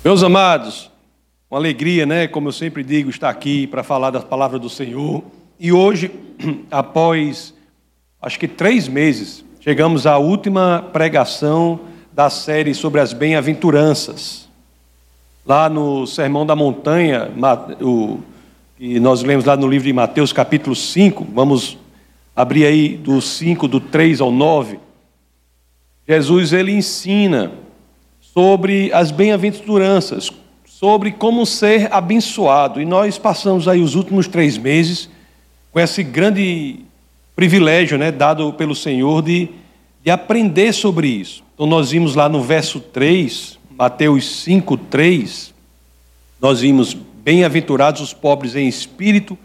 Meus amados, uma alegria, né? Como eu sempre digo, estar aqui para falar da palavra do Senhor. E hoje, após, acho que 3 meses, chegamos à última pregação da série sobre as bem-aventuranças. Lá no Sermão da Montanha, que nós lemos lá no livro de Mateus, capítulo 5, vamos abrir aí do 5, do 3 ao 9. Jesus, ele ensina sobre as bem-aventuranças, sobre como ser abençoado. E nós passamos aí os últimos 3 meses com esse grande privilégio, né, dado pelo Senhor de aprender sobre isso. Então nós vimos lá no verso 3, Mateus 5, 3, nós vimos: bem-aventurados os pobres em espírito,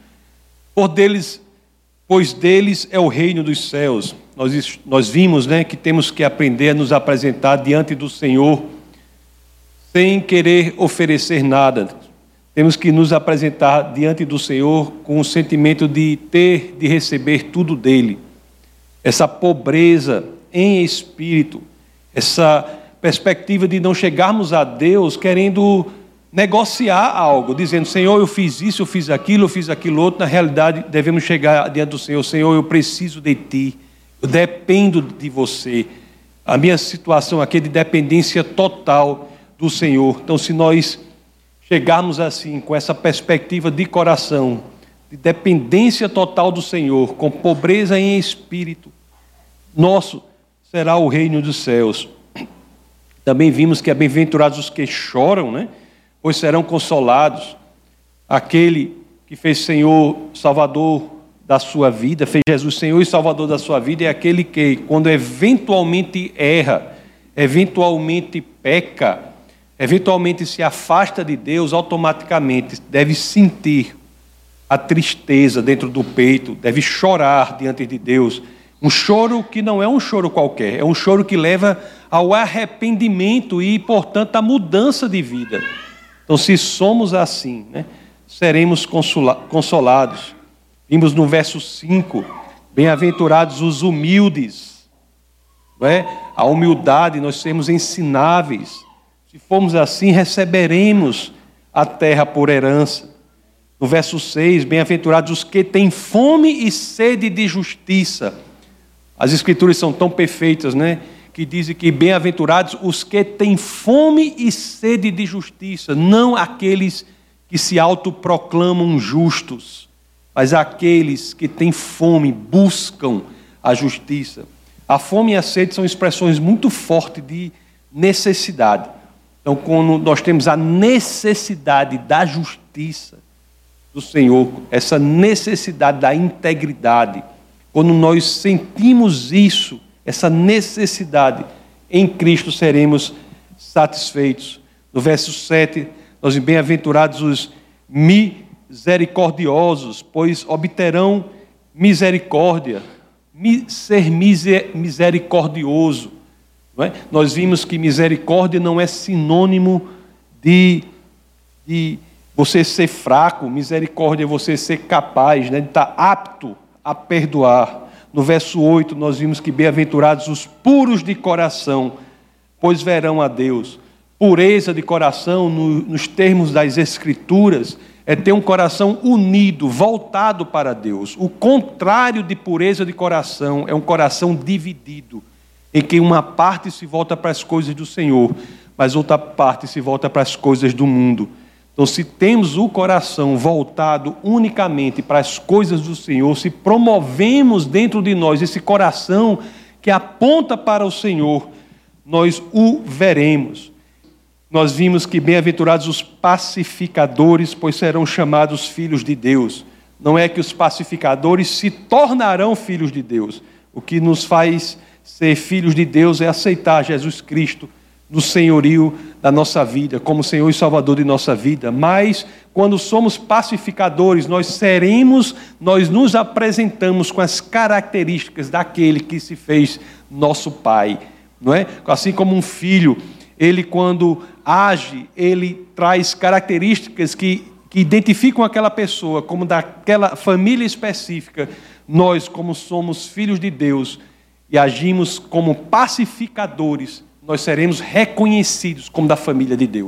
pois deles é o reino dos céus. Nós vimos, né, que temos que aprender a nos apresentar diante do Senhor sem querer oferecer nada. Temos que nos apresentar diante do Senhor com o sentimento de receber tudo dele. Essa pobreza em espírito, essa perspectiva de não chegarmos a Deus querendo negociar algo, dizendo: Senhor, eu fiz isso, eu fiz aquilo outro. Na realidade, devemos chegar diante do Senhor: Senhor, eu preciso de Ti, eu dependo de Você. A minha situação aqui é de dependência total do Senhor. Então, se nós chegarmos assim, com essa perspectiva de coração, de dependência total do Senhor, com pobreza em espírito, nosso será o reino dos céus. Também vimos que é bem-aventurados os que choram, né? Pois serão consolados. Aquele que fez Senhor, Salvador da sua vida, fez Jesus Senhor e Salvador da sua vida, é aquele que, quando eventualmente erra, eventualmente peca, eventualmente se afasta de Deus, automaticamente deve sentir a tristeza dentro do peito, deve chorar diante de Deus. Um choro que não é um choro qualquer, é um choro que leva ao arrependimento e, portanto, à mudança de vida. Então, se somos assim, né, seremos consolados. Vimos no verso 5, bem-aventurados os humildes. Não é? A humildade, nós sermos ensináveis. Se formos assim, receberemos a terra por herança. No verso 6, bem-aventurados os que têm fome e sede de justiça. As escrituras são tão perfeitas, né, que dizem que bem-aventurados os que têm fome e sede de justiça, não aqueles que se autoproclamam justos, mas aqueles que têm fome, buscam a justiça. A fome e a sede são expressões muito fortes de necessidade. Então, quando nós temos a necessidade da justiça do Senhor, essa necessidade da integridade, quando nós sentimos isso, essa necessidade, em Cristo seremos satisfeitos. No verso 7, nós bem-aventurados os misericordiosos, pois obterão misericórdia. Ser misericordioso. Não é? Nós vimos que misericórdia não é sinônimo de você ser fraco. Misericórdia é você ser capaz, né, de estar apto a perdoar. No verso 8, nós vimos que bem-aventurados os puros de coração, pois verão a Deus. Pureza de coração, nos termos das Escrituras, é ter um coração unido, voltado para Deus. O contrário de pureza de coração é um coração dividido, em que uma parte se volta para as coisas do Senhor, mas outra parte se volta para as coisas do mundo. Então, se temos o coração voltado unicamente para as coisas do Senhor, se promovemos dentro de nós esse coração que aponta para o Senhor, nós o veremos. Nós vimos que bem-aventurados os pacificadores, pois serão chamados filhos de Deus. Não é que os pacificadores se tornarão filhos de Deus. O que nos faz ser filhos de Deus é aceitar Jesus Cristo no senhorio da nossa vida, como Senhor e Salvador de nossa vida. Mas, quando somos pacificadores, nós nos apresentamos com as características daquele que se fez nosso Pai. Não é? Assim como um filho, ele quando age, ele traz características que identificam aquela pessoa como daquela família específica. Nós, como somos filhos de Deus e agimos como pacificadores, nós seremos reconhecidos como da família de Deus.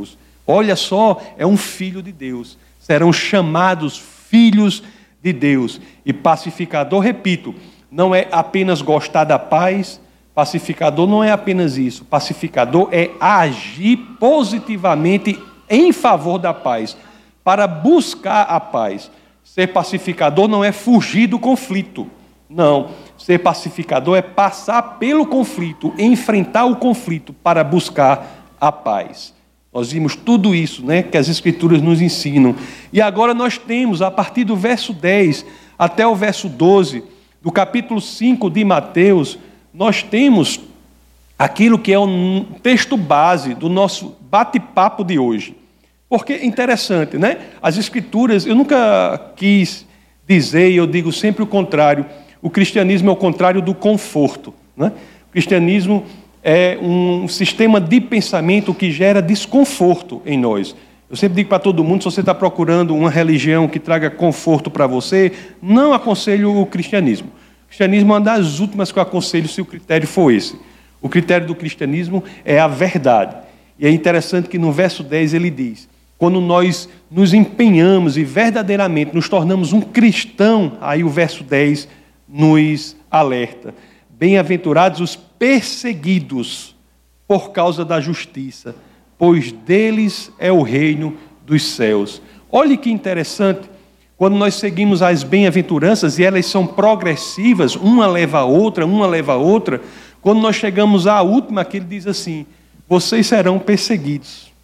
Olha só, é um filho de Deus. Serão chamados filhos de Deus. E pacificador, repito, não é apenas gostar da paz. Pacificador não é apenas isso. Pacificador é agir positivamente em favor da paz, para buscar a paz. Ser pacificador não é fugir do conflito. Não. Ser pacificador é passar pelo conflito, enfrentar o conflito para buscar a paz. Nós vimos tudo isso, né, que as Escrituras nos ensinam. E agora nós temos, a partir do verso 10 até o verso 12, do capítulo 5 de Mateus, nós temos aquilo que é um texto base do nosso bate-papo de hoje. Porque é interessante, né? As Escrituras, eu nunca quis dizer, e eu digo sempre o contrário, o cristianismo é o contrário do conforto, né? O cristianismo é um sistema de pensamento que gera desconforto em nós. Eu sempre digo para todo mundo, se você está procurando uma religião que traga conforto para você, não aconselho o cristianismo. O cristianismo é uma das últimas que eu aconselho se o critério for esse. O critério do cristianismo é a verdade. E é interessante que no verso 10 ele diz, quando nós nos empenhamos e verdadeiramente nos tornamos um cristão, aí o verso 10 nos alerta. Bem-aventurados os perseguidos por causa da justiça, pois deles é o reino dos céus. Olhe que interessante, quando nós seguimos as bem-aventuranças, e elas são progressivas, uma leva a outra, quando nós chegamos à última, que ele diz assim, vocês serão perseguidos.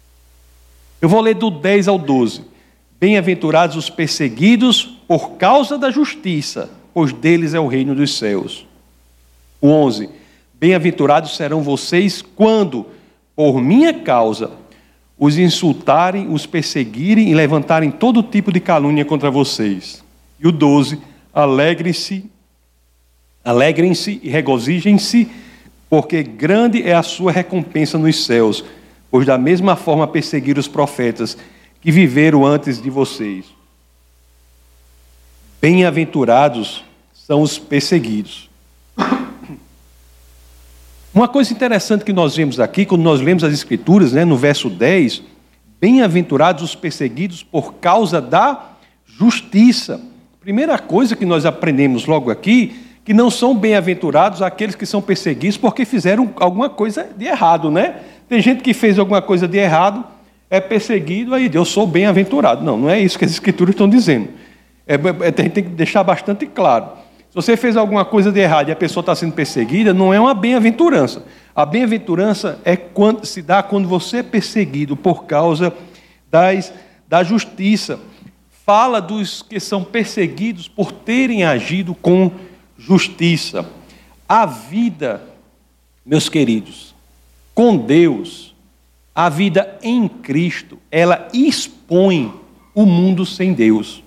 Eu vou ler do 10 ao 12. Bem-aventurados os perseguidos por causa da justiça, pois deles é o reino dos céus. O 11. Bem-aventurados serão vocês quando, por minha causa, os insultarem, os perseguirem e levantarem todo tipo de calúnia contra vocês. E o 12. Alegrem-se e regozijem-se, porque grande é a sua recompensa nos céus, pois da mesma forma perseguiram os profetas que viveram antes de vocês. Bem-aventurados são os perseguidos. Uma coisa interessante que nós vemos aqui, quando nós lemos as Escrituras, né, no verso 10, bem-aventurados os perseguidos por causa da justiça. Primeira coisa que nós aprendemos logo aqui, que não são bem-aventurados aqueles que são perseguidos porque fizeram alguma coisa de errado, né? Tem gente que fez alguma coisa de errado, é perseguido, aí eu sou bem-aventurado. Não, não é isso que as Escrituras estão dizendo. A gente tem que deixar bastante claro. Se você fez alguma coisa de errado e a pessoa está sendo perseguida, não é uma bem-aventurança. A bem-aventurança se dá quando você é perseguido por causa da justiça. Fala dos que são perseguidos por terem agido com justiça. A vida, meus queridos, com Deus, a vida em Cristo, ela expõe o mundo sem Deus.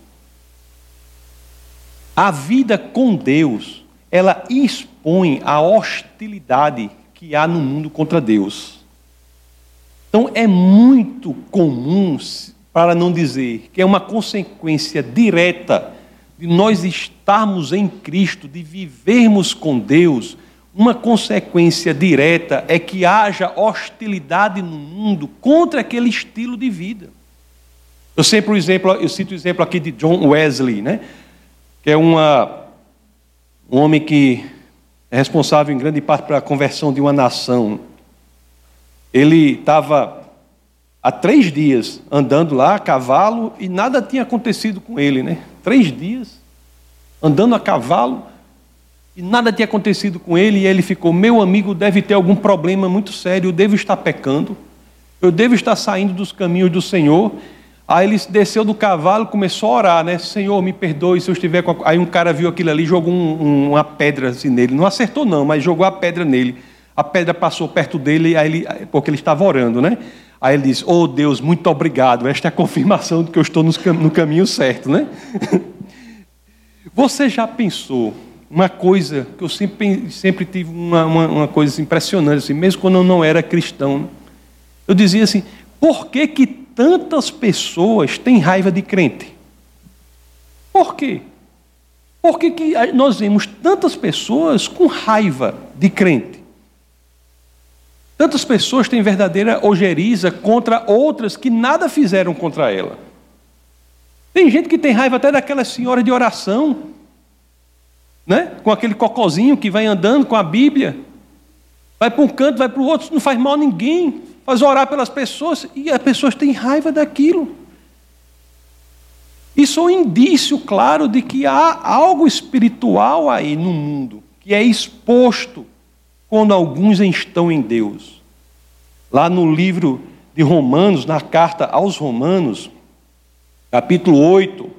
A vida com Deus, ela expõe a hostilidade que há no mundo contra Deus. Então é muito comum, para não dizer que é uma consequência direta de nós estarmos em Cristo, de vivermos com Deus, uma consequência direta é que haja hostilidade no mundo contra aquele estilo de vida. Eu cito o exemplo aqui de John Wesley, né? Que é um homem que é responsável em grande parte pela conversão de uma nação. Ele estava há 3 dias andando lá a cavalo e nada tinha acontecido com ele, né? 3 dias andando a cavalo e nada tinha acontecido com ele, e ele ficou, meu amigo, deve ter algum problema muito sério, eu devo estar pecando, eu devo estar saindo dos caminhos do Senhor. Aí ele desceu do cavalo e começou a orar, né? Senhor, me perdoe se eu estiver com... Aí um cara viu aquilo ali e jogou uma pedra assim nele. Não acertou não, mas jogou a pedra nele. A pedra passou perto dele, porque ele estava orando, né? Aí ele disse, oh Deus, muito obrigado. Esta é a confirmação de que eu estou no caminho certo, né? Você já pensou uma coisa que eu sempre tive uma coisa impressionante, assim, mesmo quando eu não era cristão, né? Eu dizia assim, por que tantas pessoas têm raiva de crente? Por quê? Por que nós vemos tantas pessoas com raiva de crente? Tantas pessoas têm verdadeira ojeriza contra outras que nada fizeram contra ela. Tem gente que tem raiva até daquela senhora de oração, né? Com aquele cocozinho que vai andando com a Bíblia, vai para um canto, vai para o outro, não faz mal a ninguém, faz orar pelas pessoas, e as pessoas têm raiva daquilo. Isso é um indício claro de que há algo espiritual aí no mundo, que é exposto quando alguns estão em Deus. Lá no livro de Romanos, na carta aos Romanos, capítulo 8,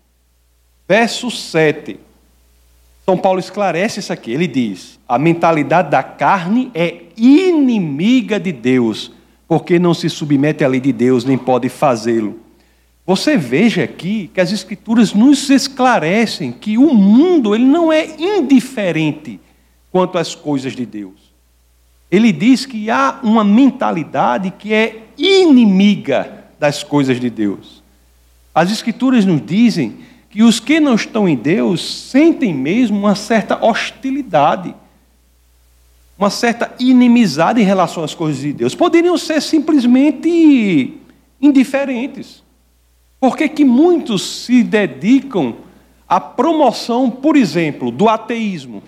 verso 7, São Paulo esclarece isso aqui. Ele diz: a mentalidade da carne é inimiga de Deus, porque não se submete à lei de Deus, nem pode fazê-lo. Você veja aqui que as Escrituras nos esclarecem que o mundo ele não é indiferente quanto às coisas de Deus. Ele diz que há uma mentalidade que é inimiga das coisas de Deus. As Escrituras nos dizem que os que não estão em Deus sentem mesmo uma certa hostilidade, uma certa inimizade em relação às coisas de Deus. Poderiam ser simplesmente indiferentes. Por que muitos se dedicam à promoção, por exemplo, do ateísmo?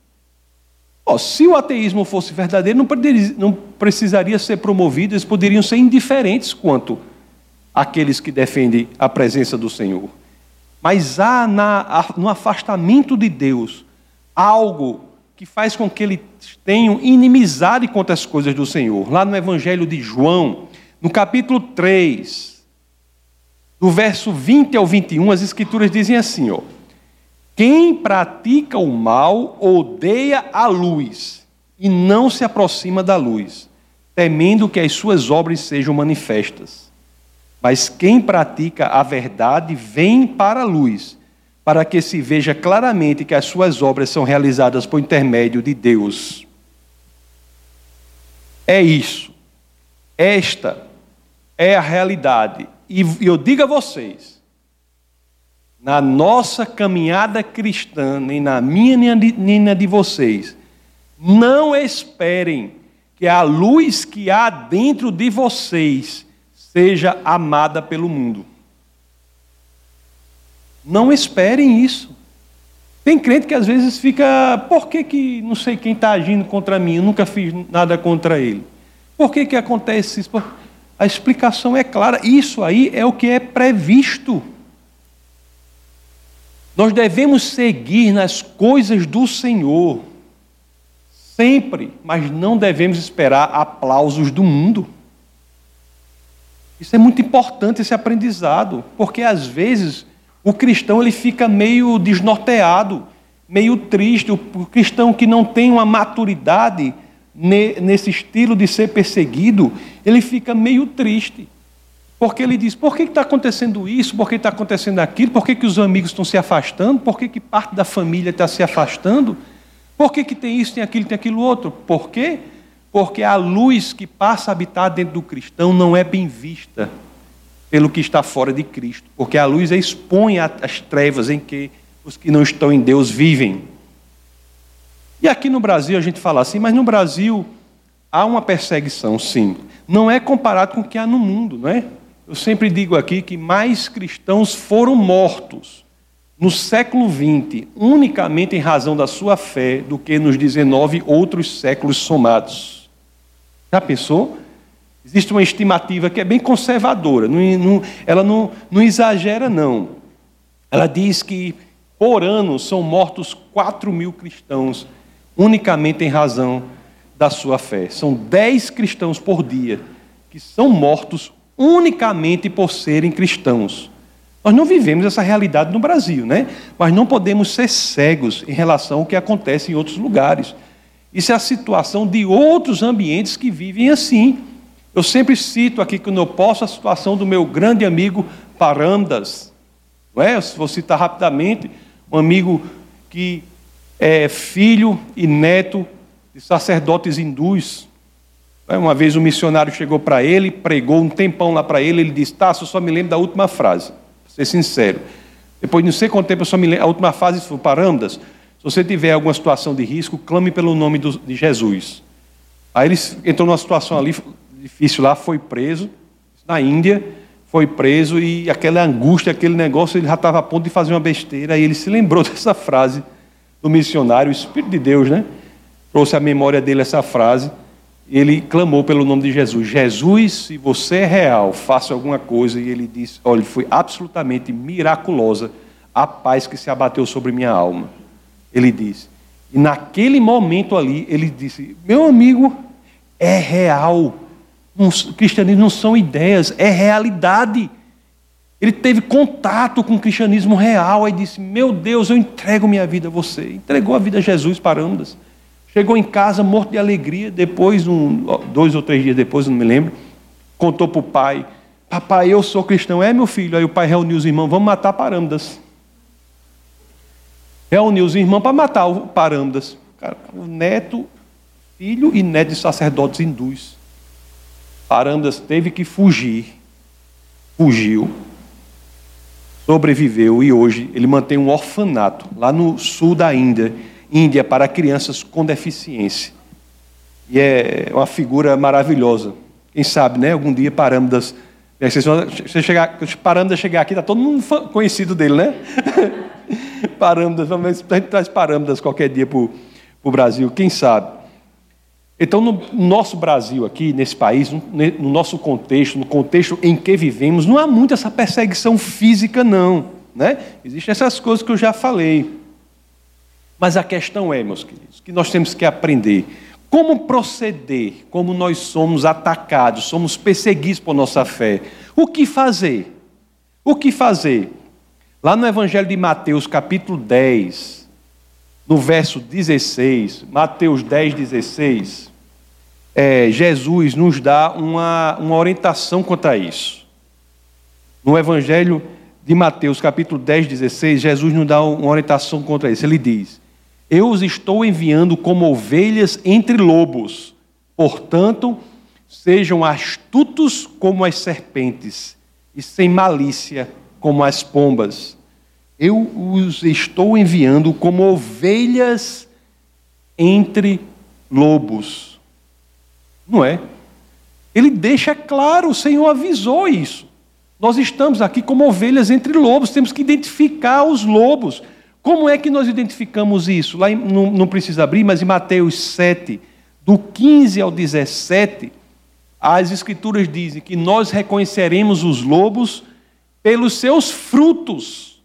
Se o ateísmo fosse verdadeiro, não precisaria ser promovido, eles poderiam ser indiferentes quanto àqueles que defendem a presença do Senhor. Mas há no afastamento de Deus algo que faz com que eles tenham inimizade contra as coisas do Senhor. Lá no Evangelho de João, no capítulo 3, do verso 20 ao 21, as Escrituras dizem assim, quem pratica o mal odeia a luz e não se aproxima da luz, temendo que as suas obras sejam manifestas. Mas quem pratica a verdade vem para a luz, para que se veja claramente que as suas obras são realizadas por intermédio de Deus. É isso. Esta é a realidade. E eu digo a vocês, na nossa caminhada cristã, nem na minha nem na de vocês, não esperem que a luz que há dentro de vocês seja amada pelo mundo. Não esperem isso. Tem crente que às vezes fica, por que não sei quem está agindo contra mim, eu nunca fiz nada contra ele. Por que acontece isso? A explicação é clara, isso aí é o que é previsto. Nós devemos seguir nas coisas do Senhor, sempre, mas não devemos esperar aplausos do mundo. Isso é muito importante, esse aprendizado, porque às vezes o cristão ele fica meio desnorteado, meio triste, o cristão que não tem uma maturidade nesse estilo de ser perseguido, ele fica meio triste, porque ele diz, por que está acontecendo isso, por que está acontecendo aquilo, por que os amigos estão se afastando, por que parte da família está se afastando, por que tem isso, tem aquilo outro, por quê? Porque a luz que passa a habitar dentro do cristão não é bem vista pelo que está fora de Cristo, porque a luz expõe as trevas em que os que não estão em Deus vivem. E aqui no Brasil a gente fala assim, mas no Brasil há uma perseguição, sim. Não é comparado com o que há no mundo, não é? Eu sempre digo aqui que mais cristãos foram mortos no século XX, unicamente em razão da sua fé, do que nos 19 outros séculos somados. Já pensou? Existe uma estimativa que é bem conservadora, ela não exagera, não. Ela diz que, por ano, são mortos 4.000 cristãos, unicamente em razão da sua fé. São 10 cristãos por dia que são mortos unicamente por serem cristãos. Nós não vivemos essa realidade no Brasil, né? Mas não podemos ser cegos em relação ao que acontece em outros lugares. Isso é a situação de outros ambientes que vivem assim. Eu sempre cito aqui, quando eu posso, a situação do meu grande amigo Parandas. Não é? Vou citar rapidamente, um amigo que é filho e neto de sacerdotes hindus. Uma vez um missionário chegou para ele, pregou um tempão lá para ele, ele disse, eu só me lembro da última frase, para ser sincero. Depois de não sei quanto tempo, eu só me lembro, a última frase foi, Parandas, se você tiver alguma situação de risco, clame pelo nome de Jesus. Aí ele entrou numa situação ali difícil lá, foi preso, na Índia, foi preso e aquela angústia, aquele negócio, ele já estava a ponto de fazer uma besteira, aí ele se lembrou dessa frase do missionário, o Espírito de Deus, né? Trouxe à memória dele essa frase, e ele clamou pelo nome de Jesus. Jesus, se você é real, faça alguma coisa. E ele disse, olha, foi absolutamente miraculosa a paz que se abateu sobre minha alma. Ele disse. E naquele momento ali, ele disse, meu amigo, é real. O cristianismo não são ideias, é realidade. Ele teve contato com o cristianismo real. Aí disse, meu Deus, eu entrego minha vida a você. Entregou a vida a Jesus para ambas. Chegou em casa morto de alegria, depois, 2 ou 3 dias depois, não me lembro, contou para o pai, papai, eu sou cristão. É, meu filho. Aí o pai reuniu os irmãos, vamos matar Parâmnidas. Reuniu os irmãos para matar o Parâmnidas. O neto, filho e neto de sacerdotes hindus. Parâmnidas teve que fugir. Fugiu. Sobreviveu e hoje ele mantém um orfanato lá no sul da Índia para crianças com deficiência. E é uma figura maravilhosa. Quem sabe, né? Algum dia Parâmnidas... Parâmnidas chegar aqui, está todo mundo conhecido dele, né? Parâmnidas, a gente traz Parâmnidas qualquer dia para o Brasil, quem sabe. Então, no nosso Brasil aqui, nesse país, no nosso contexto, no contexto em que vivemos, não há muito essa perseguição física, não. Né? Existem essas coisas que eu já falei. Mas a questão é, meus queridos, que nós temos que aprender como proceder, como nós somos atacados, somos perseguidos por nossa fé. O que fazer? O que fazer? Lá no Evangelho de Mateus, capítulo 10, no verso 16, Mateus 10, 16, Jesus nos dá uma orientação contra isso. No Evangelho de Mateus, capítulo 10, 16, Jesus nos dá uma orientação contra isso. Ele diz, eu os estou enviando como ovelhas entre lobos, portanto, sejam astutos como as serpentes e sem malícia como as pombas. Eu os estou enviando como ovelhas entre lobos. Não é? Ele deixa claro, o Senhor avisou isso. Nós estamos aqui como ovelhas entre lobos, temos que identificar os lobos. Como é que nós identificamos isso? Lá não precisa abrir, mas em Mateus 7, do 15 ao 17, as Escrituras dizem que nós reconheceremos os lobos pelos seus frutos.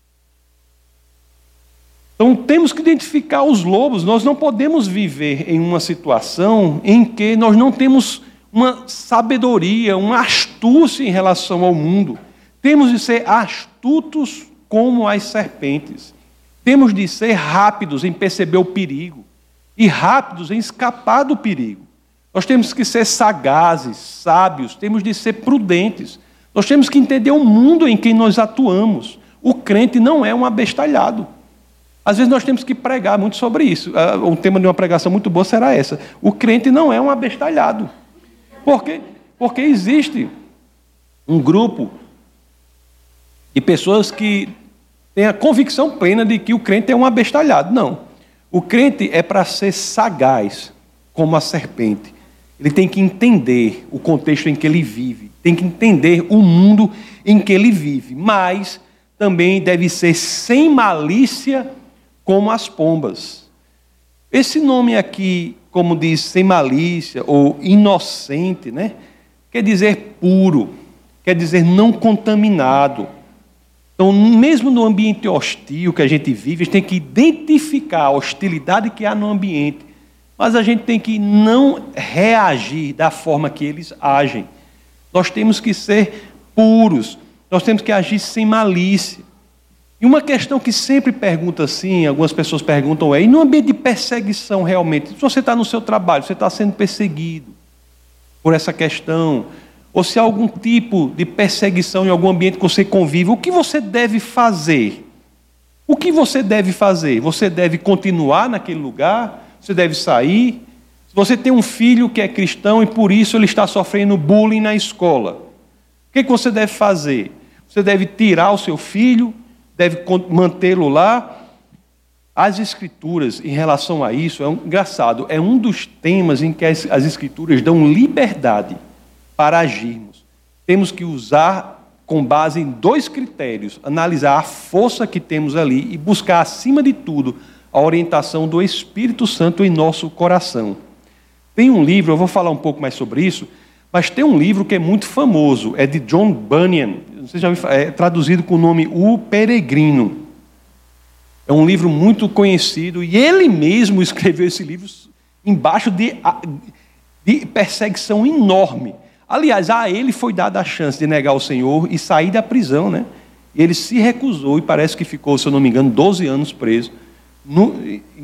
Então temos que identificar os lobos. Nós não podemos viver em uma situação em que nós não temos uma sabedoria, uma astúcia em relação ao mundo. Temos de ser astutos como as serpentes. Temos de ser rápidos em perceber o perigo e rápidos em escapar do perigo. Nós temos que ser sagazes, sábios, temos de ser prudentes. Nós temos que entender o mundo em que nós atuamos. O crente não é um abestalhado. Às vezes nós temos que pregar muito sobre isso. O tema de uma pregação muito boa será essa. O crente não é um abestalhado. Por quê? Porque existe um grupo de pessoas que tem a convicção plena de que o crente é um abestalhado. Não. O crente é para ser sagaz, como a serpente. Ele tem que entender o contexto em que ele vive, tem que entender o mundo em que ele vive, mas também deve ser sem malícia, como as pombas. Esse nome aqui, como diz, sem malícia ou inocente, né? Quer dizer puro, quer dizer não contaminado. Então, mesmo no ambiente hostil que a gente vive, a gente tem que identificar a hostilidade que há no ambiente, mas a gente tem que não reagir da forma que eles agem. Nós temos que ser puros, nós temos que agir sem malícia. E uma questão que sempre pergunta assim, algumas pessoas perguntam e no ambiente de perseguição realmente, se você está no seu trabalho, você está sendo perseguido por essa questão, ou se há algum tipo de perseguição em algum ambiente que você convive, o que você deve fazer? O que você deve fazer? Você deve continuar naquele lugar? Você deve sair? Se você tem um filho que é cristão e por isso ele está sofrendo bullying na escola, o que você deve fazer? Você deve tirar o seu filho? Deve mantê-lo lá? As Escrituras, em relação a isso, engraçado, é um dos temas em que as Escrituras dão liberdade para agirmos. Temos que usar com base em 2 critérios, analisar a força que temos ali e buscar, acima de tudo, a orientação do Espírito Santo em nosso coração. Tem um livro, eu vou falar um pouco mais sobre isso, mas tem um livro que é muito famoso, é de John Bunyan, não sei se já ouviu falar, é traduzido com o nome O Peregrino. É um livro muito conhecido e ele mesmo escreveu esse livro embaixo de perseguição enorme. Aliás, a ele foi dada a chance de negar o Senhor e sair da prisão, né? E ele se recusou e parece que ficou, se eu não me engano, 12 anos preso, no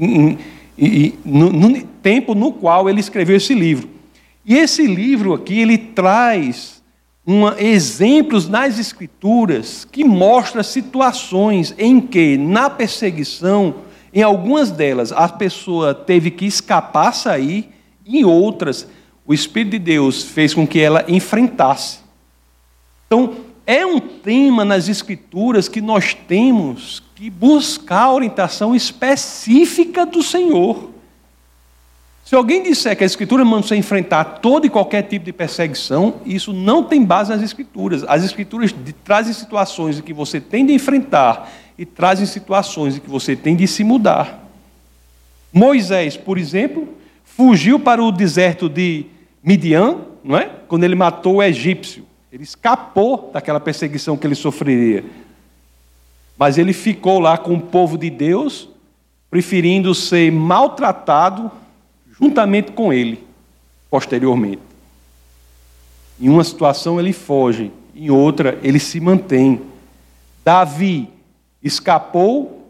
tempo no qual ele escreveu esse livro. E esse livro aqui, ele traz exemplos nas Escrituras que mostram situações em que, na perseguição, em algumas delas, a pessoa teve que escapar, sair, e em outras, o Espírito de Deus fez com que ela enfrentasse. Então, é um tema nas Escrituras que nós temos que buscar a orientação específica do Senhor. Se alguém disser que a Escritura manda você enfrentar todo e qualquer tipo de perseguição, isso não tem base nas Escrituras. As Escrituras trazem situações em que você tem de enfrentar e trazem situações em que você tem de se mudar. Moisés, por exemplo, fugiu para o deserto de Midian, não é? Quando ele matou o egípcio. Ele escapou daquela perseguição que ele sofreria. Mas ele ficou lá com o povo de Deus, preferindo ser maltratado juntamente com ele, posteriormente. Em uma situação ele foge, em outra ele se mantém. Davi escapou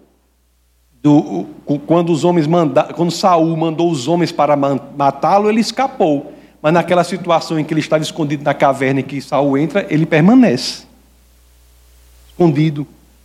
quando Saul mandou os homens para matá-lo, ele escapou. Mas naquela situação em que ele estava escondido na caverna em que Saul entra, ele permanece escondido.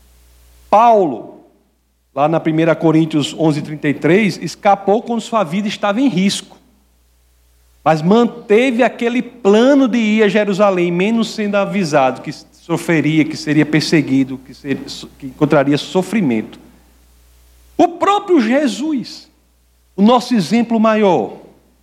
Paulo, lá na 1 Coríntios 11:33, escapou quando sua vida estava em risco. Mas manteve aquele plano de ir a Jerusalém, menos sendo avisado que sofreria, que seria perseguido, que encontraria sofrimento. O próprio Jesus, o nosso exemplo maior,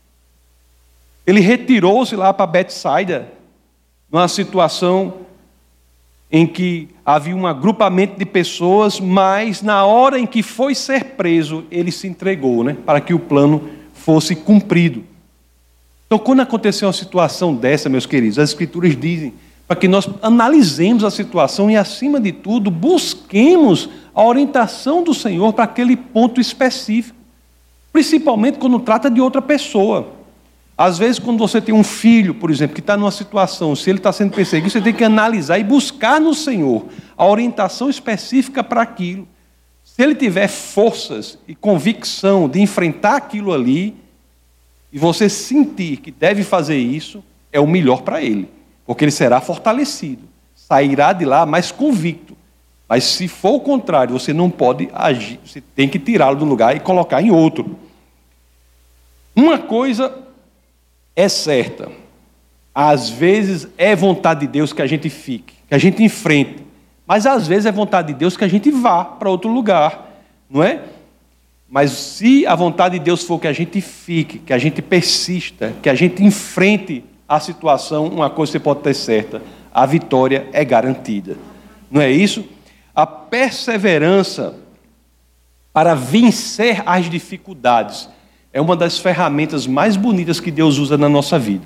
ele retirou-se lá para Betsaida, numa situação em que havia um agrupamento de pessoas, mas na hora em que foi ser preso, ele se entregou, né, para que o plano fosse cumprido. Então, quando aconteceu uma situação dessa, meus queridos, as Escrituras dizem para que nós analisemos a situação e, acima de tudo, busquemos a orientação do Senhor para aquele ponto específico, principalmente quando trata de outra pessoa. Às vezes, quando você tem um filho, por exemplo, que está numa situação, se ele está sendo perseguido, você tem que analisar e buscar no Senhor a orientação específica para aquilo. Se ele tiver forças e convicção de enfrentar aquilo ali, e você sentir que deve fazer isso, é o melhor para ele, porque ele será fortalecido, sairá de lá mais convicto. Mas se for o contrário, você não pode agir, você tem que tirá-lo do lugar e colocar em outro. Uma coisa é certa, às vezes é vontade de Deus que a gente fique, que a gente enfrente, mas às vezes é vontade de Deus que a gente vá para outro lugar, não é? Mas se a vontade de Deus for que a gente fique, que a gente persista, que a gente enfrente a situação, uma coisa você pode ter certa, a vitória é garantida. Não é isso? A perseverança para vencer as dificuldades é uma das ferramentas mais bonitas que Deus usa na nossa vida.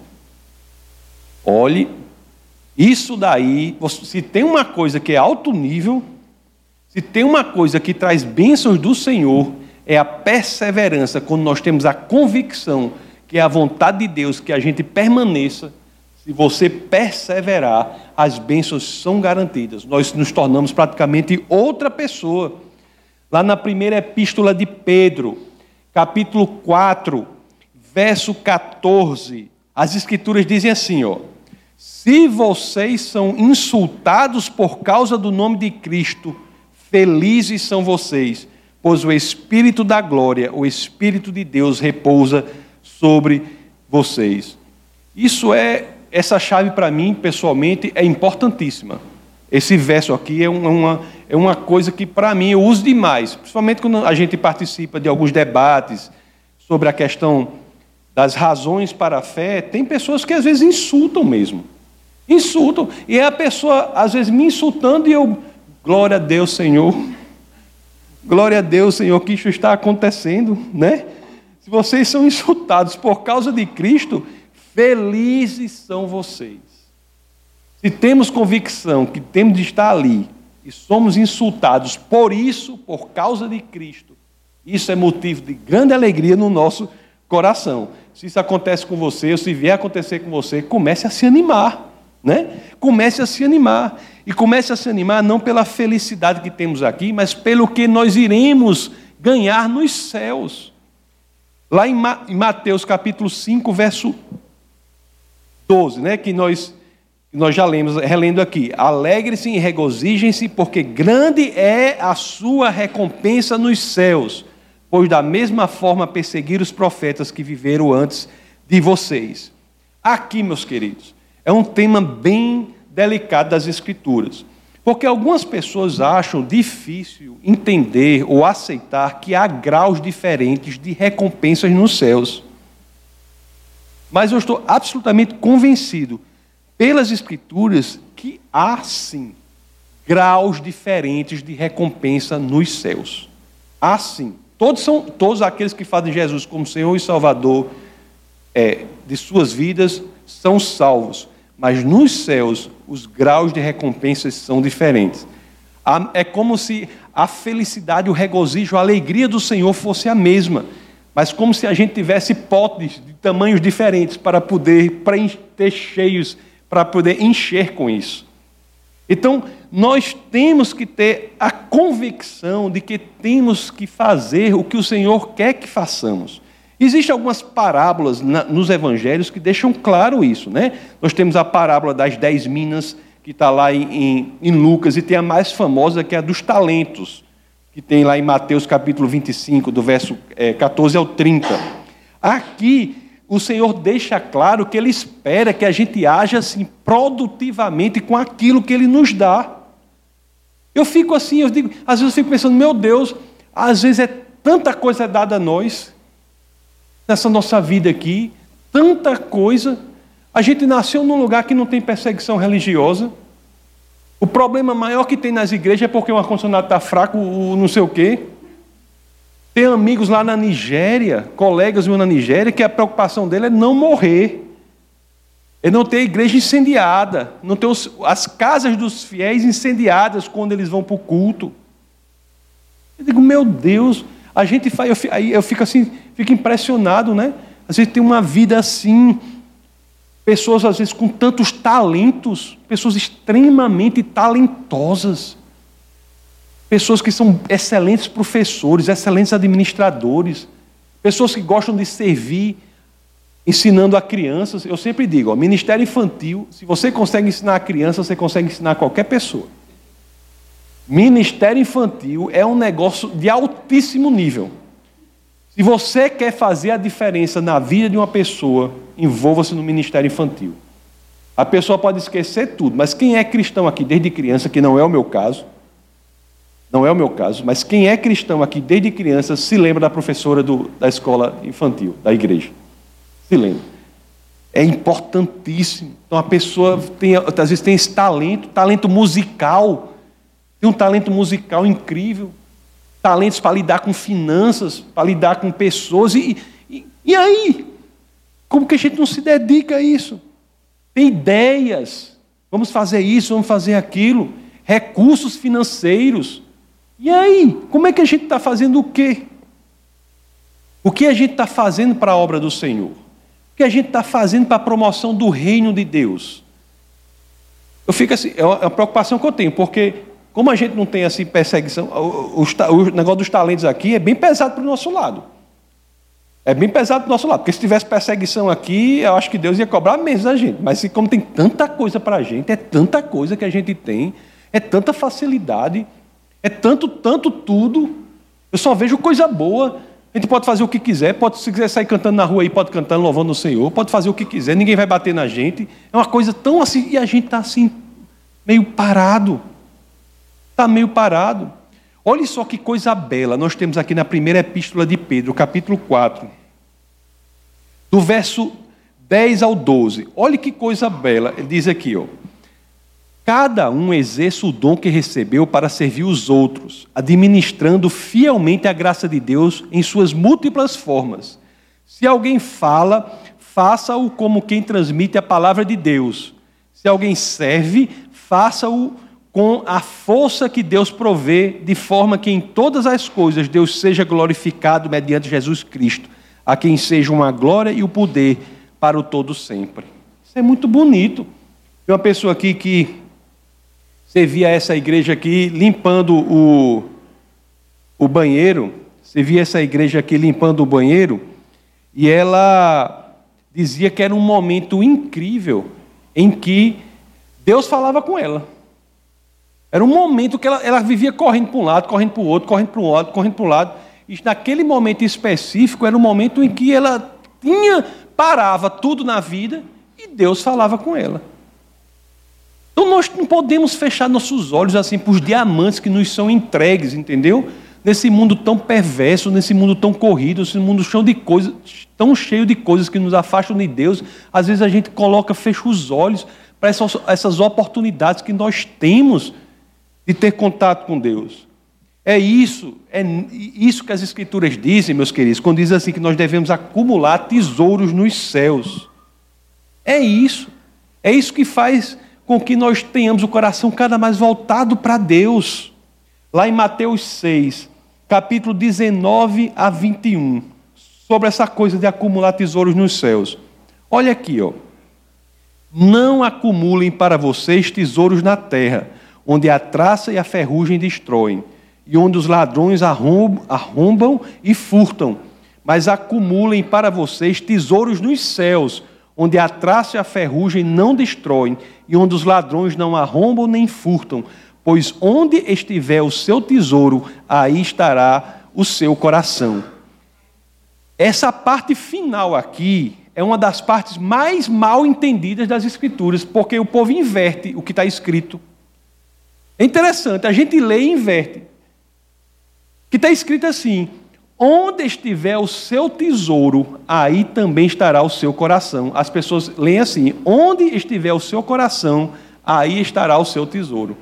Olhe, isso daí, se tem uma coisa que é alto nível, se tem uma coisa que traz bênçãos do Senhor, é a perseverança, quando nós temos a convicção que é a vontade de Deus que a gente permaneça. Se você perseverar, as bênçãos são garantidas. Nós nos tornamos praticamente outra pessoa. Lá na primeira epístola de Pedro, capítulo 4, verso 14, as Escrituras dizem assim, ó: se vocês são insultados por causa do nome de Cristo, felizes são vocês, pois o Espírito da glória, o Espírito de Deus repousa sobre vocês. Essa chave para mim, pessoalmente, é importantíssima. Esse verso aqui é uma coisa que, para mim, eu uso demais, principalmente quando a gente participa de alguns debates sobre a questão das razões para a fé. Tem pessoas que às vezes insultam mesmo. Insultam. E é a pessoa, às vezes, me insultando e eu, glória a Deus, Senhor. Glória a Deus, Senhor, que isso está acontecendo, né? Se vocês são insultados por causa de Cristo, felizes são vocês. Se temos convicção que temos de estar ali e somos insultados por isso, por causa de Cristo, isso é motivo de grande alegria no nosso coração. Se isso acontece com você, ou se vier acontecer com você, comece a se animar, né? Comece a se animar. E comece a se animar não pela felicidade que temos aqui, mas pelo que nós iremos ganhar nos céus. Lá em Mateus capítulo 5, verso 12, né, que nós já lemos, relendo aqui. Alegre-se e regozijem-se, porque grande é a sua recompensa nos céus, pois da mesma forma perseguiram os profetas que viveram antes de vocês. Aqui, meus queridos, é um tema bem delicado das Escrituras, porque algumas pessoas acham difícil entender ou aceitar que há graus diferentes de recompensas nos céus. Mas eu estou absolutamente convencido pelas Escrituras que há sim graus diferentes de recompensa nos céus. Há sim. Todos aqueles que fazem Jesus como Senhor e Salvador de suas vidas são salvos. Mas nos céus, os graus de recompensas são diferentes. É como se a felicidade, o regozijo, a alegria do Senhor fosse a mesma, mas como se a gente tivesse potes de tamanhos diferentes para poder ter cheios, para poder encher com isso. Então, nós temos que ter a convicção de que temos que fazer o que o Senhor quer que façamos. Existem algumas parábolas nos evangelhos que deixam claro isso, né? Nós temos a parábola das 10 minas, que está lá em Lucas, e tem a mais famosa, que é a dos talentos, que tem lá em Mateus capítulo 25, do verso 14 ao 30. Aqui, o Senhor deixa claro que Ele espera que a gente haja assim, produtivamente com aquilo que Ele nos dá. Eu fico assim, às vezes eu fico pensando, meu Deus, às vezes tanta coisa dada a nós, nessa nossa vida aqui, tanta coisa. A gente nasceu num lugar que não tem perseguição religiosa. O problema maior que tem nas igrejas é porque o ar-condicionado está fraco, não sei o quê. Tem amigos lá na Nigéria, colegas meus na Nigéria, que a preocupação dele é não morrer. É não ter a igreja incendiada, não ter as casas dos fiéis incendiadas quando eles vão para o culto. Eu digo, meu Deus, a gente faz, eu fico assim, fico impressionado, né? Às vezes tem uma vida assim, pessoas às vezes com tantos talentos, pessoas extremamente talentosas, pessoas que são excelentes professores, excelentes administradores, pessoas que gostam de servir, ensinando a crianças. Eu sempre digo, ministério infantil, se você consegue ensinar a criança, você consegue ensinar qualquer pessoa. Ministério infantil é um negócio de altíssimo nível. Se você quer fazer a diferença na vida de uma pessoa, envolva-se no ministério infantil. A pessoa pode esquecer tudo, mas quem é cristão aqui desde criança, que não é o meu caso, mas quem é cristão aqui desde criança se lembra da professora da escola infantil, da igreja. Se lembra. É importantíssimo. Então a pessoa às vezes tem esse talento musical. Tem um talento musical incrível, talentos para lidar com finanças, para lidar com pessoas. E aí? Como que a gente não se dedica a isso? Tem ideias, vamos fazer isso, vamos fazer aquilo, recursos financeiros. E aí? Como é que a gente está fazendo o quê? O que a gente está fazendo para a obra do Senhor? O que a gente está fazendo para a promoção do reino de Deus? Eu fico assim, é uma preocupação que eu tenho, porque como a gente não tem assim perseguição, o negócio dos talentos aqui é bem pesado para o nosso lado. É bem pesado para o nosso lado, porque se tivesse perseguição aqui, eu acho que Deus ia cobrar menos da gente. Mas como tem tanta coisa para a gente, é tanta coisa que a gente tem, é tanta facilidade, é tanto tudo. Eu só vejo coisa boa. A gente pode fazer o que quiser, se quiser sair cantando na rua aí, pode cantar louvando o Senhor, pode fazer o que quiser, ninguém vai bater na gente. É uma coisa tão assim, e a gente está assim, meio parado. Está meio parado. Olha só que coisa bela. Nós temos aqui na primeira epístola de Pedro, capítulo 4, do verso 10 ao 12. Olha que coisa bela. Ele diz aqui, ó. Cada um exerça o dom que recebeu para servir os outros, administrando fielmente a graça de Deus em suas múltiplas formas. Se alguém fala, faça-o como quem transmite a palavra de Deus. Se alguém serve, faça-o com a força que Deus provê, de forma que em todas as coisas Deus seja glorificado mediante Jesus Cristo, a quem sejam a glória e o poder para o todo sempre. Isso é muito bonito. Tem uma pessoa aqui que servia essa igreja aqui limpando o banheiro, servia essa igreja aqui limpando o banheiro, e ela dizia que era um momento incrível em que Deus falava com ela. Era um momento que ela vivia correndo para um lado, correndo para o outro, correndo para um lado, correndo para o lado. E naquele momento específico era um momento em que ela parava tudo na vida e Deus falava com ela. Então nós não podemos fechar nossos olhos assim para os diamantes que nos são entregues, entendeu? Nesse mundo tão perverso, nesse mundo tão corrido, nesse mundo cheio de coisas, tão cheio de coisas que nos afastam de Deus. Às vezes a gente fecha os olhos para essas oportunidades que nós temos de ter contato com Deus. É isso que as Escrituras dizem, meus queridos, quando diz assim que nós devemos acumular tesouros nos céus. É isso que faz com que nós tenhamos o coração cada mais voltado para Deus. Lá em Mateus 6, capítulo 19 a 21, sobre essa coisa de acumular tesouros nos céus. Olha aqui, ó. Não acumulem para vocês tesouros na terra, onde a traça e a ferrugem destroem, e onde os ladrões arrombam e furtam, mas acumulem para vocês tesouros nos céus, onde a traça e a ferrugem não destroem, e onde os ladrões não arrombam nem furtam, pois onde estiver o seu tesouro, aí estará o seu coração. Essa parte final aqui é uma das partes mais mal entendidas das Escrituras, porque o povo inverte o que está escrito. É interessante, a gente lê e inverte. Que está escrito assim: onde estiver o seu tesouro, aí também estará o seu coração. As pessoas leem assim: onde estiver o seu coração, aí estará o seu tesouro.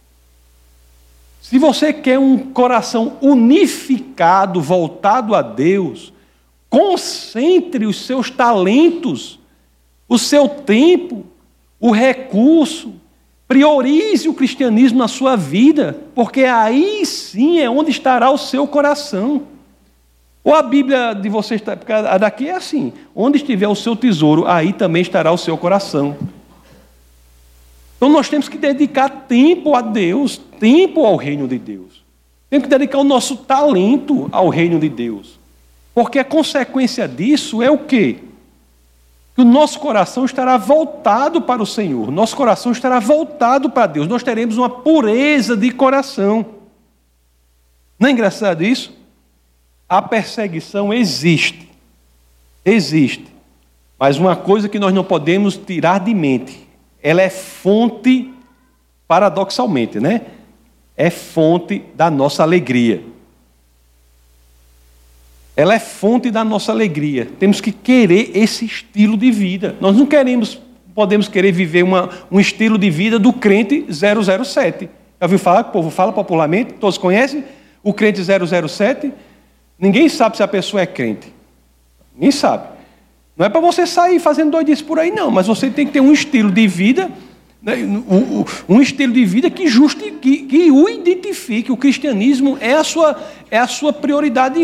Se você quer um coração unificado, voltado a Deus, concentre os seus talentos, o seu tempo, o recurso, priorize o cristianismo na sua vida, porque aí sim é onde estará o seu coração. Ou a Bíblia de vocês, a daqui é assim: onde estiver o seu tesouro, aí também estará o seu coração. Então nós temos que dedicar tempo a Deus, tempo ao reino de Deus. Temos que dedicar o nosso talento ao reino de Deus. Porque a consequência disso é o quê? Que o nosso coração estará voltado para o Senhor, nosso coração estará voltado para Deus, nós teremos uma pureza de coração. Não é engraçado isso? A perseguição existe, mas uma coisa que nós não podemos tirar de mente, ela é fonte, paradoxalmente, né? É fonte da nossa alegria. Ela é fonte da nossa alegria. Temos que querer esse estilo de vida. Nós não podemos querer viver um estilo de vida do crente 007. Já ouviu falar? O povo fala popularmente, todos conhecem o crente 007? Ninguém sabe se a pessoa é crente. Ninguém sabe. Não é para você sair fazendo doidice por aí, não. Mas você tem que ter um estilo de vida, né, um estilo de vida que o identifique. O cristianismo é a sua prioridade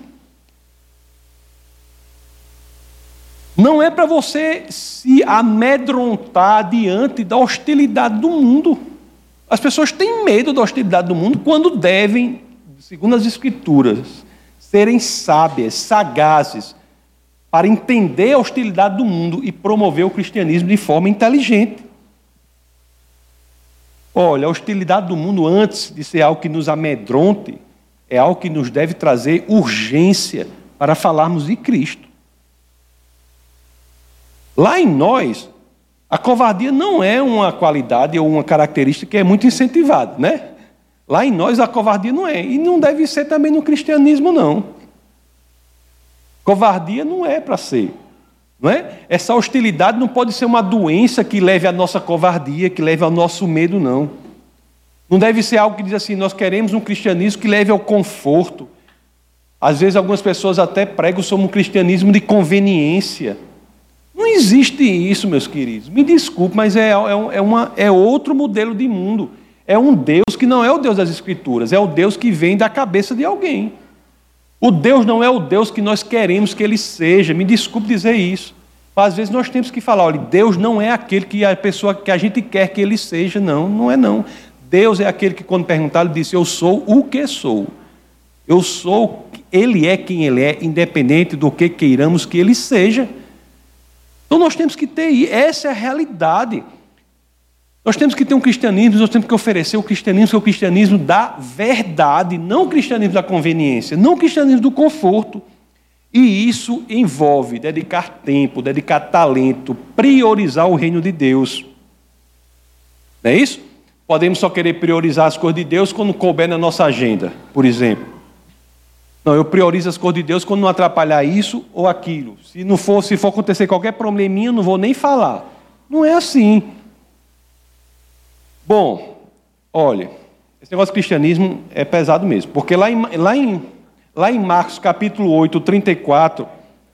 Não é para você se amedrontar diante da hostilidade do mundo. As pessoas têm medo da hostilidade do mundo quando devem, segundo as Escrituras, serem sábias, sagazes, para entender a hostilidade do mundo e promover o cristianismo de forma inteligente. Olha, a hostilidade do mundo, antes de ser algo que nos amedronte, é algo que nos deve trazer urgência para falarmos de Cristo. Lá em nós, A covardia não é uma qualidade ou uma característica que é muito incentivada, né? Lá em nós a covardia não é. E não deve ser também no cristianismo, não. Covardia não é para ser. Não é? Essa hostilidade não pode ser uma doença que leve à nossa covardia, que leve ao nosso medo, não. Não deve ser algo que diz assim, nós queremos um cristianismo que leve ao conforto. Às vezes algumas pessoas até pregam sobre um cristianismo de conveniência. Não existe isso, meus queridos. Me desculpe, mas é outro modelo de mundo. É um Deus que não é o Deus das Escrituras, é o Deus que vem da cabeça de alguém. O Deus não é o Deus que nós queremos que Ele seja. Me desculpe dizer isso. Mas às vezes nós temos que falar, olha, Deus não é aquele que a pessoa que a gente quer que Ele seja, não. Não é não. Deus é aquele que quando perguntaram, Ele disse, eu sou o que sou. Eu sou, Ele é quem Ele é, independente do que queiramos que Ele seja. Então nós temos que ter, essa é a realidade. Nós temos que ter um cristianismo, nós temos que oferecer o cristianismo, que é o cristianismo da verdade, não o cristianismo da conveniência, não o cristianismo do conforto. E isso envolve dedicar tempo, dedicar talento, priorizar o reino de Deus. Não é isso? Podemos só querer priorizar as coisas de Deus quando couber na nossa agenda, por exemplo. Não, eu priorizo as coisas de Deus quando não atrapalhar isso ou aquilo. Se for acontecer qualquer probleminha, eu não vou nem falar. Não é assim. Bom, olha, esse negócio de cristianismo é pesado mesmo, porque lá em Marcos capítulo 8, 34,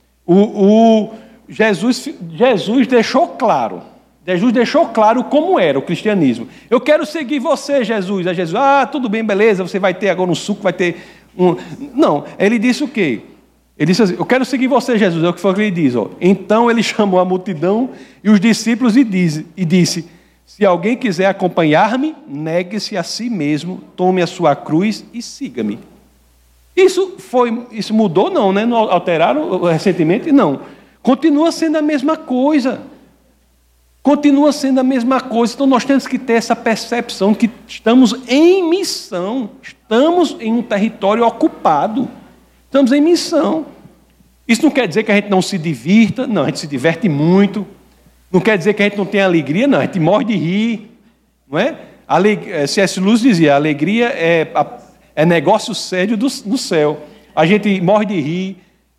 Jesus deixou claro como era o cristianismo. Eu quero seguir você, Jesus. Aí Jesus, tudo bem, beleza, você vai ter agora um suco, vai ter um... Não, ele disse o quê? Ele disse assim, eu quero seguir você, Jesus, é o que foi que ele diz. Ó. Então ele chamou a multidão e os discípulos e disse, se alguém quiser acompanhar-me, negue-se a si mesmo, tome a sua cruz e siga-me. Isso mudou? Não, né? Não alteraram recentemente? Não. Continua sendo a mesma coisa. Continua sendo a mesma coisa. Então nós temos que ter essa percepção que estamos em missão. Estamos em um território ocupado. Estamos em missão. Isso não quer dizer que a gente não se divirta. Não, a gente se diverte muito. Não quer dizer que a gente não tem alegria, não. A gente morre de rir. Não é? C.S. Lewis dizia, a alegria é negócio sério no céu. A gente morre de rir.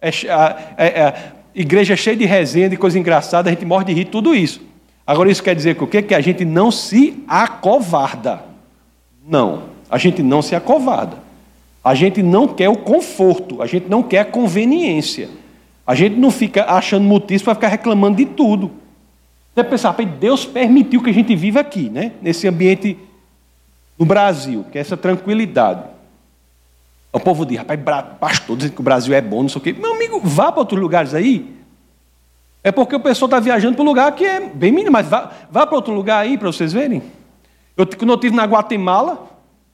Igreja cheia de resenha, de coisa engraçada, a gente morre de rir, tudo isso. Agora isso quer dizer que o quê? Que a gente não se acovarda. Não, a gente não se acovarda. A gente não quer o conforto, a gente não quer a conveniência. A gente não fica achando motivo para ficar reclamando de tudo. Você pensar, Deus permitiu que a gente viva aqui, né? Nesse ambiente no Brasil, que é essa tranquilidade. O povo diz, pastor, dizendo que o Brasil é bom, não sei o quê. Meu amigo, vá para outros lugares aí. É porque o pessoal está viajando para um lugar que é bem mínimo, mas vá para outro lugar aí para vocês verem. Quando eu estive na Guatemala,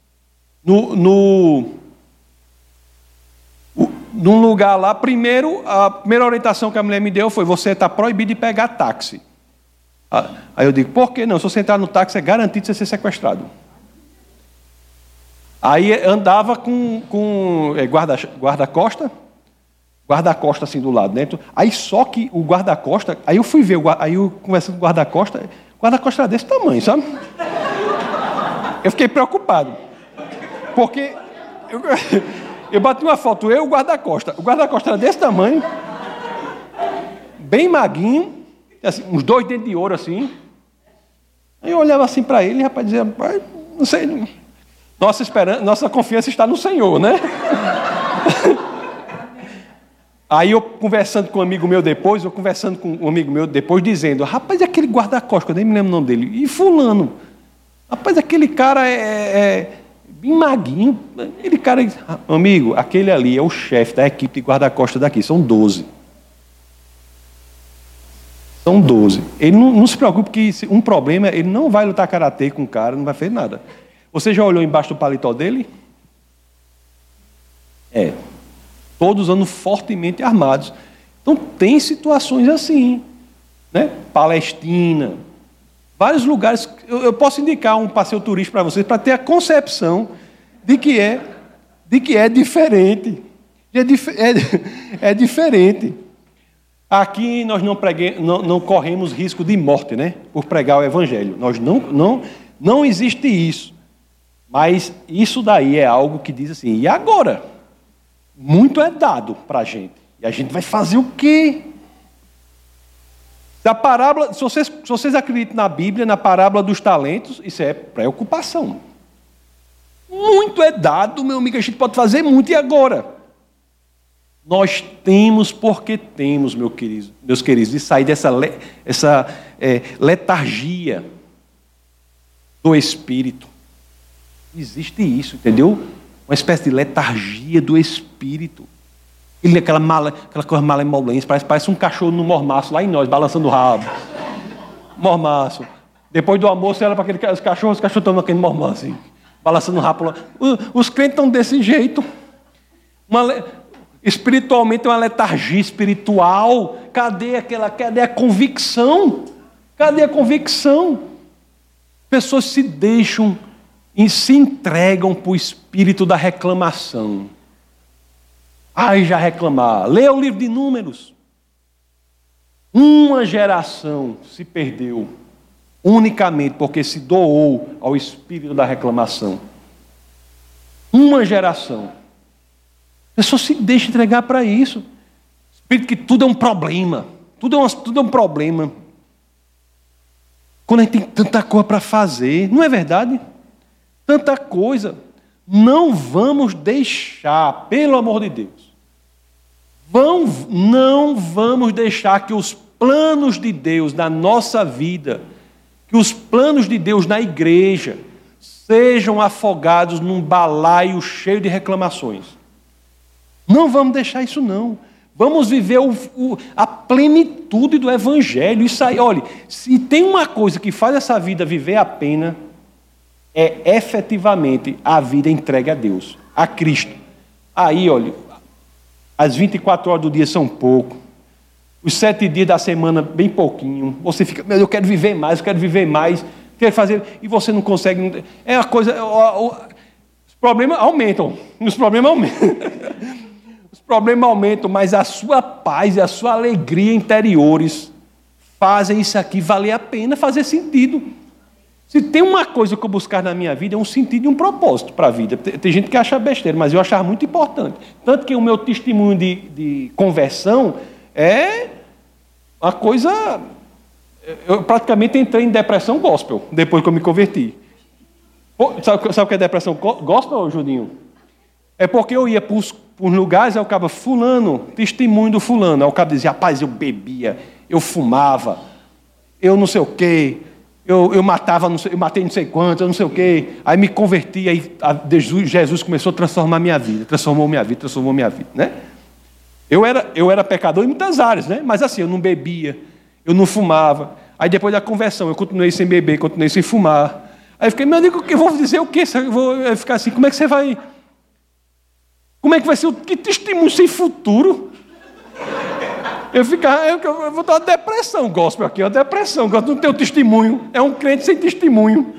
num lugar lá, a primeira orientação que a mulher me deu foi, você está proibido de pegar táxi. Aí eu digo, por que não? Se você entrar no táxi, é garantido você ser sequestrado. Aí andava com guarda-costa assim do lado, né? Aí só que o guarda-costa, aí eu fui ver, aí eu conversando com o guarda-costa era desse tamanho, sabe? Eu fiquei preocupado, porque eu bati uma foto, eu e o guarda-costa era desse tamanho, bem maguinho, assim, uns 2 dentes de ouro assim. Aí eu olhava assim para ele, e o rapaz dizia, não sei, nossa confiança está no Senhor, né? Aí eu conversando com um amigo meu depois, dizendo, rapaz, aquele guarda-costas, eu nem me lembro o nome dele, e fulano, rapaz, aquele cara é bem maguinho, aquele cara, amigo, aquele ali é o chefe da equipe de guarda-costas daqui, são 12. São 12. Ele não se preocupe que um problema, ele não vai lutar karatê com o cara, não vai fazer nada. Você já olhou embaixo do paletó dele? Todos andam fortemente armados. Então tem situações assim, né? Palestina, vários lugares. Eu posso indicar um passeio turístico para vocês para ter a concepção de que é diferente. É diferente. Aqui nós não corremos risco de morte, né? Por pregar o evangelho. Não existe isso. Mas isso daí é algo que diz assim, e agora? Muito é dado para a gente. E a gente vai fazer o quê? A parábola, se vocês acreditam na Bíblia, na parábola dos talentos, isso é preocupação. Muito é dado, meu amigo, a gente pode fazer muito, e agora? Nós temos porque temos, meus queridos, de sair dessa letargia do Espírito. Existe isso, entendeu? Uma espécie de letargia do Espírito. Aquela coisa malemolência, parece um cachorro no mormaço, lá em nós, balançando o rabo. Mormaço. Depois do almoço, era para aqueles cachorros, os cachorros estão naquele mormaço, assim, balançando o rabo. Os crentes estão desse jeito. Espiritualmente é uma letargia espiritual. Cadê a convicção? Cadê a convicção? Pessoas se deixam e se entregam para o espírito da reclamação. Ai, já reclamar. Leia o livro de Números. Uma geração se perdeu unicamente porque se doou ao espírito da reclamação. Uma geração. A pessoa se deixa entregar para isso. Espírito que tudo é um problema. Tudo é um problema. Quando a gente tem tanta coisa para fazer, não é verdade? Tanta coisa. Não vamos deixar, pelo amor de Deus, não vamos deixar que os planos de Deus na nossa vida, que os planos de Deus na igreja, sejam afogados num balaio cheio de reclamações. Não vamos deixar isso, não. Vamos viver a plenitude do Evangelho. Isso aí, olha, se tem uma coisa que faz essa vida viver a pena, é efetivamente a vida entregue a Deus, a Cristo. Aí, olha, as 24 horas do dia são pouco, os 7 dias da semana bem pouquinho. Você fica, eu quero viver mais, quero fazer, e você não consegue. É a coisa. Os problemas aumentam. Os problemas aumentam, mas a sua paz e a sua alegria interiores fazem isso aqui valer a pena, fazer sentido. Se tem uma coisa que eu buscar na minha vida, é um sentido e um propósito para a vida. Tem gente que acha besteira, mas eu achava muito importante. Tanto que o meu testemunho de conversão é uma coisa... Eu praticamente entrei em depressão gospel, depois que eu me converti. Sabe o que é depressão gospel, Juninho? É porque eu ia para os lugares, aí o cabo, fulano, testemunho do fulano. Aí o cabo dizia, rapaz, eu bebia, eu fumava, eu não sei o quê... Eu matei não sei quantos, eu não sei o quê. Aí me converti, aí Jesus começou a transformou minha vida, né? Eu era pecador em muitas áreas, né? Mas assim, eu não bebia, eu não fumava. Aí depois da conversão, eu continuei sem beber, continuei sem fumar. Aí eu fiquei, meu amigo, eu vou dizer o quê? Eu vou ficar assim, como é que vai ser, que testemunho sem futuro? Eu vou dar uma depressão gospel aqui, uma depressão, gosto não tenho testemunho, é um crente sem testemunho.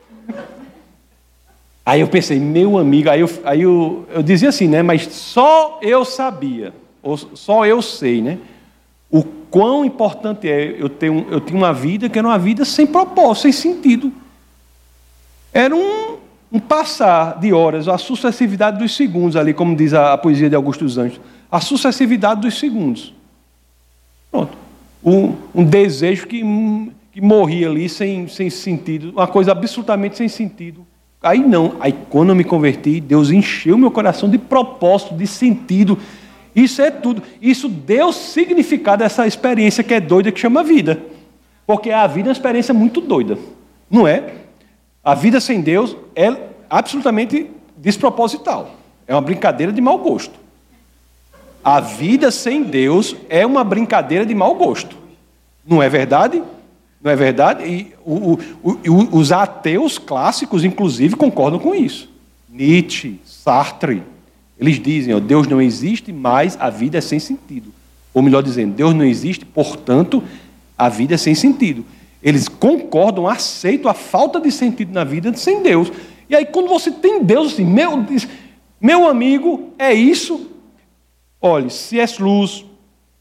Aí eu pensei, meu amigo, aí eu dizia assim, né? Mas só eu sabia, ou só eu sei, né? O quão importante é eu tinha uma vida que era uma vida sem propósito, sem sentido. Era um passar de horas, a sucessividade dos segundos ali, como diz a poesia de Augusto dos Anjos, a sucessividade dos segundos. Pronto. Um desejo que morria ali sem sentido, uma coisa absolutamente sem sentido. Aí não, aí quando eu me converti, Deus encheu meu coração de propósito, de sentido. Isso é tudo. Isso deu significado a essa experiência que é doida, que chama vida. Porque a vida é uma experiência muito doida, não é? A vida sem Deus é absolutamente desproposital. É uma brincadeira de mau gosto. A vida sem Deus é uma brincadeira de mau gosto. Não é verdade? Não é verdade? E os ateus clássicos, inclusive, concordam com isso. Nietzsche, Sartre, eles dizem, Deus não existe, mas a vida é sem sentido. Ou melhor dizendo, Deus não existe, portanto, a vida é sem sentido. Eles concordam, aceitam a falta de sentido na vida sem Deus. E aí, quando você tem Deus, assim, meu amigo, é isso. Olha, C.S. Lewis,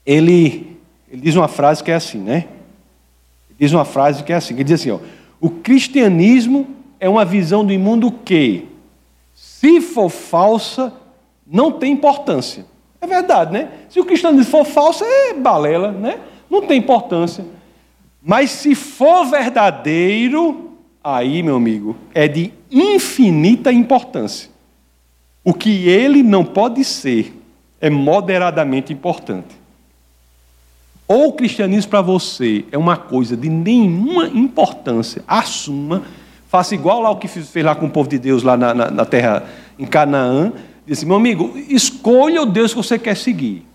ele diz uma frase que é assim, né? Ele diz uma frase que é assim, que diz assim, ó, o cristianismo é uma visão do mundo que, se for falsa, não tem importância. É verdade, né? Se o cristianismo for falso, é balela, né? Não tem importância. Mas se for verdadeiro, aí, meu amigo, é de infinita importância. O que ele não pode ser é moderadamente importante. Ou o cristianismo para você é uma coisa de nenhuma importância, assuma, faça igual lá o que fez lá com o povo de Deus lá na terra, em Canaã, diz assim, meu amigo, escolha o Deus que você quer seguir.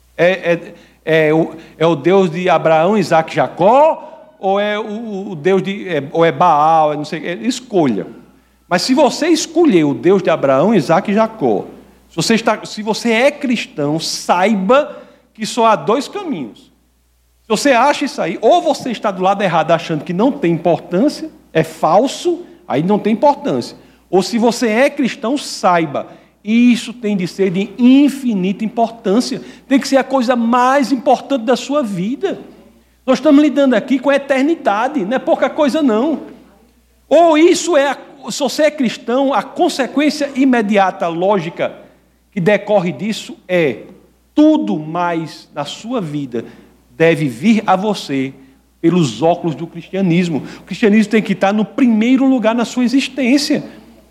É o Deus de Abraão, Isaac e Jacó, ou é o Deus ou é Baal, não sei, escolha. Mas se você escolher o Deus de Abraão, Isaac e Jacó, se você é cristão, saiba que só há dois caminhos. Se você acha isso aí, ou você está do lado errado achando que não tem importância, é falso, aí não tem importância. Ou se você é cristão, saiba, isso tem de ser de infinita importância. Tem que ser a coisa mais importante da sua vida. Nós estamos lidando aqui com a eternidade, não é pouca coisa não. Ou isso se você é cristão, a consequência imediata, lógica, que decorre disso é tudo mais na sua vida deve vir a você pelos óculos do cristianismo. O cristianismo tem que estar no primeiro lugar na sua existência.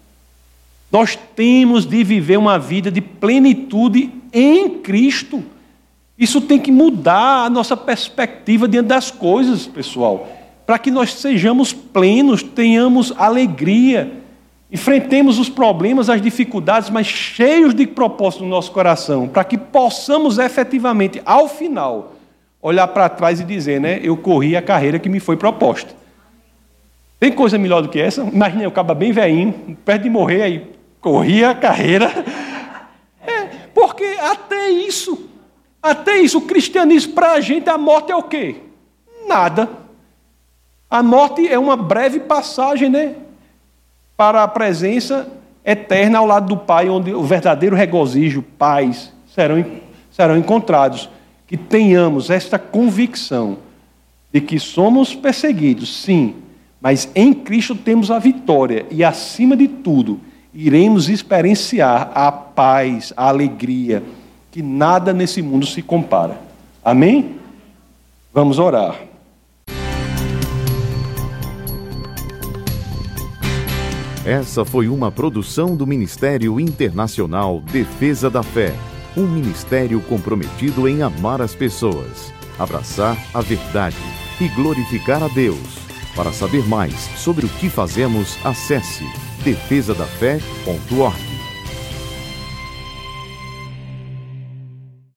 Nós temos de viver uma vida de plenitude em Cristo. Isso tem que mudar a nossa perspectiva diante das coisas, pessoal, para que nós sejamos plenos, tenhamos alegria, enfrentemos os problemas, as dificuldades, mas cheios de propósito no nosso coração, para que possamos efetivamente, ao final, olhar para trás e dizer, né, eu corri a carreira que me foi proposta. Tem coisa melhor do que essa? Imagina, eu acaba bem velhinho, perto de morrer, aí corri a carreira. Porque até isso, o cristianismo para a gente, a morte é o quê? Nada. A morte é uma breve passagem, né, para a presença eterna ao lado do Pai, onde o verdadeiro regozijo, paz, serão encontrados. Que tenhamos esta convicção de que somos perseguidos, sim, mas em Cristo temos a vitória e, acima de tudo, iremos experienciar a paz, a alegria, que nada nesse mundo se compara. Amém? Vamos orar. Essa foi uma produção do Ministério Internacional Defesa da Fé, um ministério comprometido em amar as pessoas, abraçar a verdade e glorificar a Deus. Para saber mais sobre o que fazemos, acesse defesadafé.org.